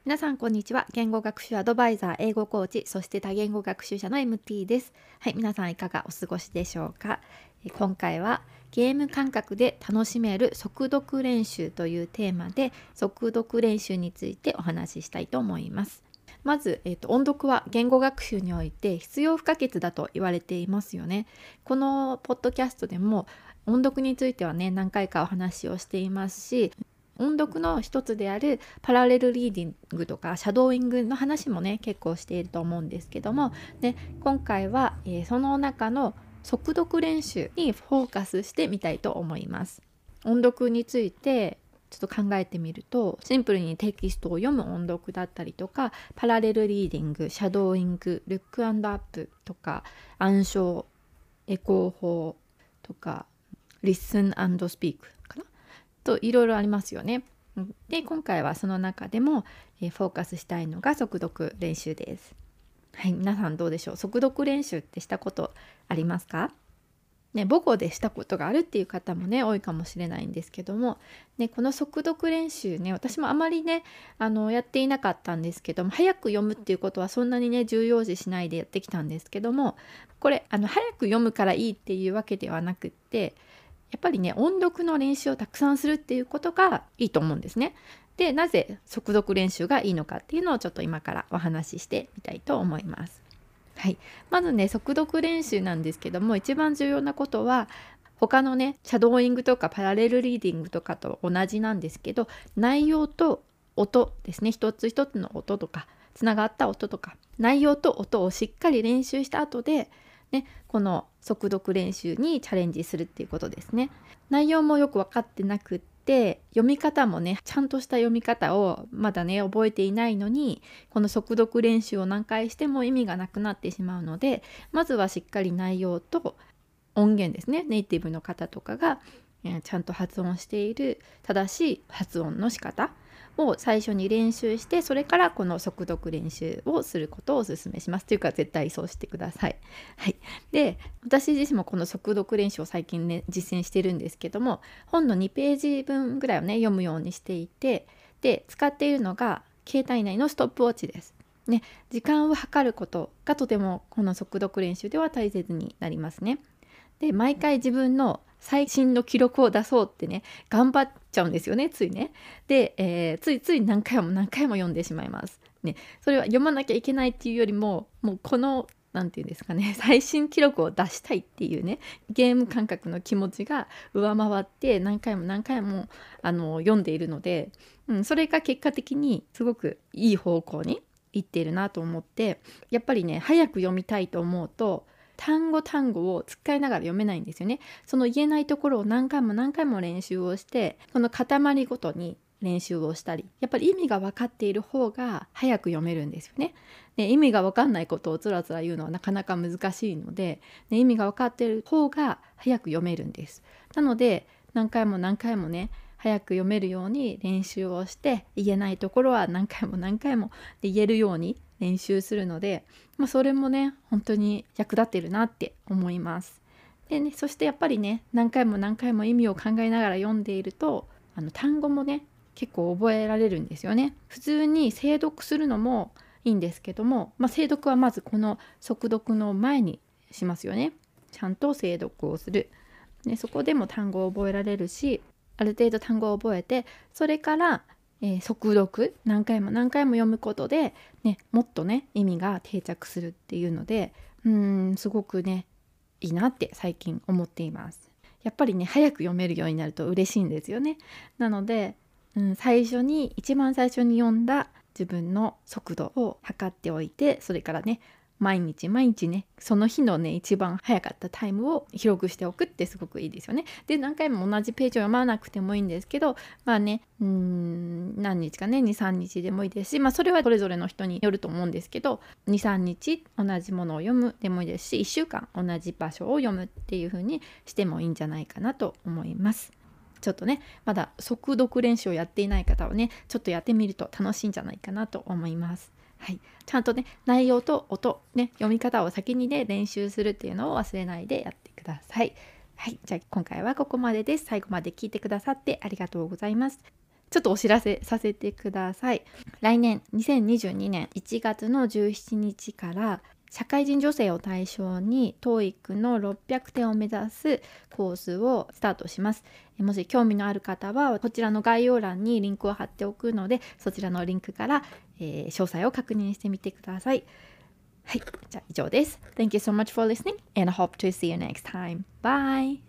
皆さんこんにちは。言語学習アドバイザー、英語コーチ、そして多言語学習者の MT です。はい、皆さんいかがお過ごしでしょうか。今回はゲーム感覚で楽しめる速読練習というテーマで速読練習についてお話ししたいと思います。まず、音読は言語学習において必要不可欠だと言われていますよね。このポッドキャストでも音読についてはね、何回かお話をしていますし、音読の一つであるパラレルリーディングとかシャドーイングの話もね結構していると思うんですけども、で今回は、その中の速読練習にフォーカスしてみたいと思います。音読についてちょっと考えてみると、シンプルにテキストを読む音読だったりとか、パラレルリーディング、シャドーイング、ルックアンドアップとか、暗唱、エコー法とか、リッスンアンドスピークかなといろいろありますよね。で今回はその中でも、フォーカスしたいのが速読練習です。はい、皆さんどうでしょう。速読練習ってしたことありますか？ね、母語でしたことがあるっていう方もね多いかもしれないんですけども、ね、この速読練習ね、私もあまりねやっていなかったんですけども、早く読むっていうことはそんなにね重要視しないでやってきたんですけども、これ早く読むからいいっていうわけではなくって、やっぱりね音読の練習をたくさんするっていうことがいいと思うんですね。でなぜ速読練習がいいのかっていうのをちょっと今からお話ししてみたいと思います。はい、まずね速読練習なんですけども、一番重要なことは他のねシャドーイングとかパラレルリーディングとかと同じなんですけど、内容と音ですね、一つ一つの音とかつながった音とか内容と音をしっかり練習した後で、ね、この速読練習にチャレンジするっていうことですね。内容もよく分かってなくって、読み方もねちゃんとした読み方をまだね覚えていないのに、この速読練習を何回しても意味がなくなってしまうので、まずはしっかり内容と音源ですね、ネイティブの方とかがちゃんと発音している正しい発音の仕方を最初に練習して、それからこの速読練習をすることをお勧めします。というか絶対そうしてください。はい、で私自身もこの速読練習を最近ね実践してるんですけども、本の2ページ分ぐらいをね読むようにしていて、で使っているのが携帯内のストップウォッチです。ね、時間を計ることがとてもこの速読練習では大切になりますね。で毎回自分の最新の記録を出そうってね頑張っちゃうんですよね、ついね。で、ついつい何回も何回も読んでしまいます。ね、それは読まなきゃいけないっていうよりも、もうこのなんていうんですかね、最新記録を出したいっていうねゲーム感覚の気持ちが上回って何回も何回も読んでいるので、それが結果的にすごくいい方向に行っているなと思って、やっぱりね早く読みたいと思うと単語単語を使いながら読めないんですよね。その言えないところを何回も何回も練習をして、この塊ごとに練習をしたり、やっぱり意味が分かっている方が早く読めるんですよね。で意味が分かんないことをつらつら言うのはなかなか難しいので、意味が分かっている方が早く読めるんです。なので何回も何回もね早く読めるように練習をして、言えないところは何回も何回も言えるように練習するので、それもね本当に役立ってるなって思います。でね、そしてやっぱりね何回も何回も意味を考えながら読んでいると単語もね結構覚えられるんですよね。普通に精読するのもいいんですけども、精読はまずこの速読の前にしますよね。ちゃんと精読をする。でそこでも単語を覚えられるし、ある程度単語を覚えて、それから速読何回も何回も読むことで、もっとね意味が定着するっていうので、すごくねいいなって最近思っています。やっぱりね早く読めるようになると嬉しいんですよね。なので、一番最初に読んだ自分の速度を測っておいて、それからね毎日毎日ねその日のね一番早かったタイムを記録しておくってすごくいいですよね。で何回も同じページを読まなくてもいいんですけど、何日かね2、3日でもいいですし、それはそれぞれの人によると思うんですけど、2、3日同じものを読むでもいいですし、1週間同じ場所を読むっていう風にしてもいいんじゃないかなと思います。ちょっとねまだ速読練習をやっていない方はねちょっとやってみると楽しいんじゃないかなと思います。はい、ちゃんとね内容と音ね読み方を先にね練習するっていうのを忘れないでやってください。はい、じゃあ今回はここまでです。最後まで聞いてくださってありがとうございます。 ちょっとお知らせさせてください。来年2022年1月の17日から社会人女性を対象に TOEIC の600点を目指すコースをスタートします。もし興味のある方はこちらの概要欄にリンクを貼っておくので、そちらのリンクから、詳細を確認してみてください。はい、じゃあ以上です。Thank you so much for listening and I hope to see you next time. Bye!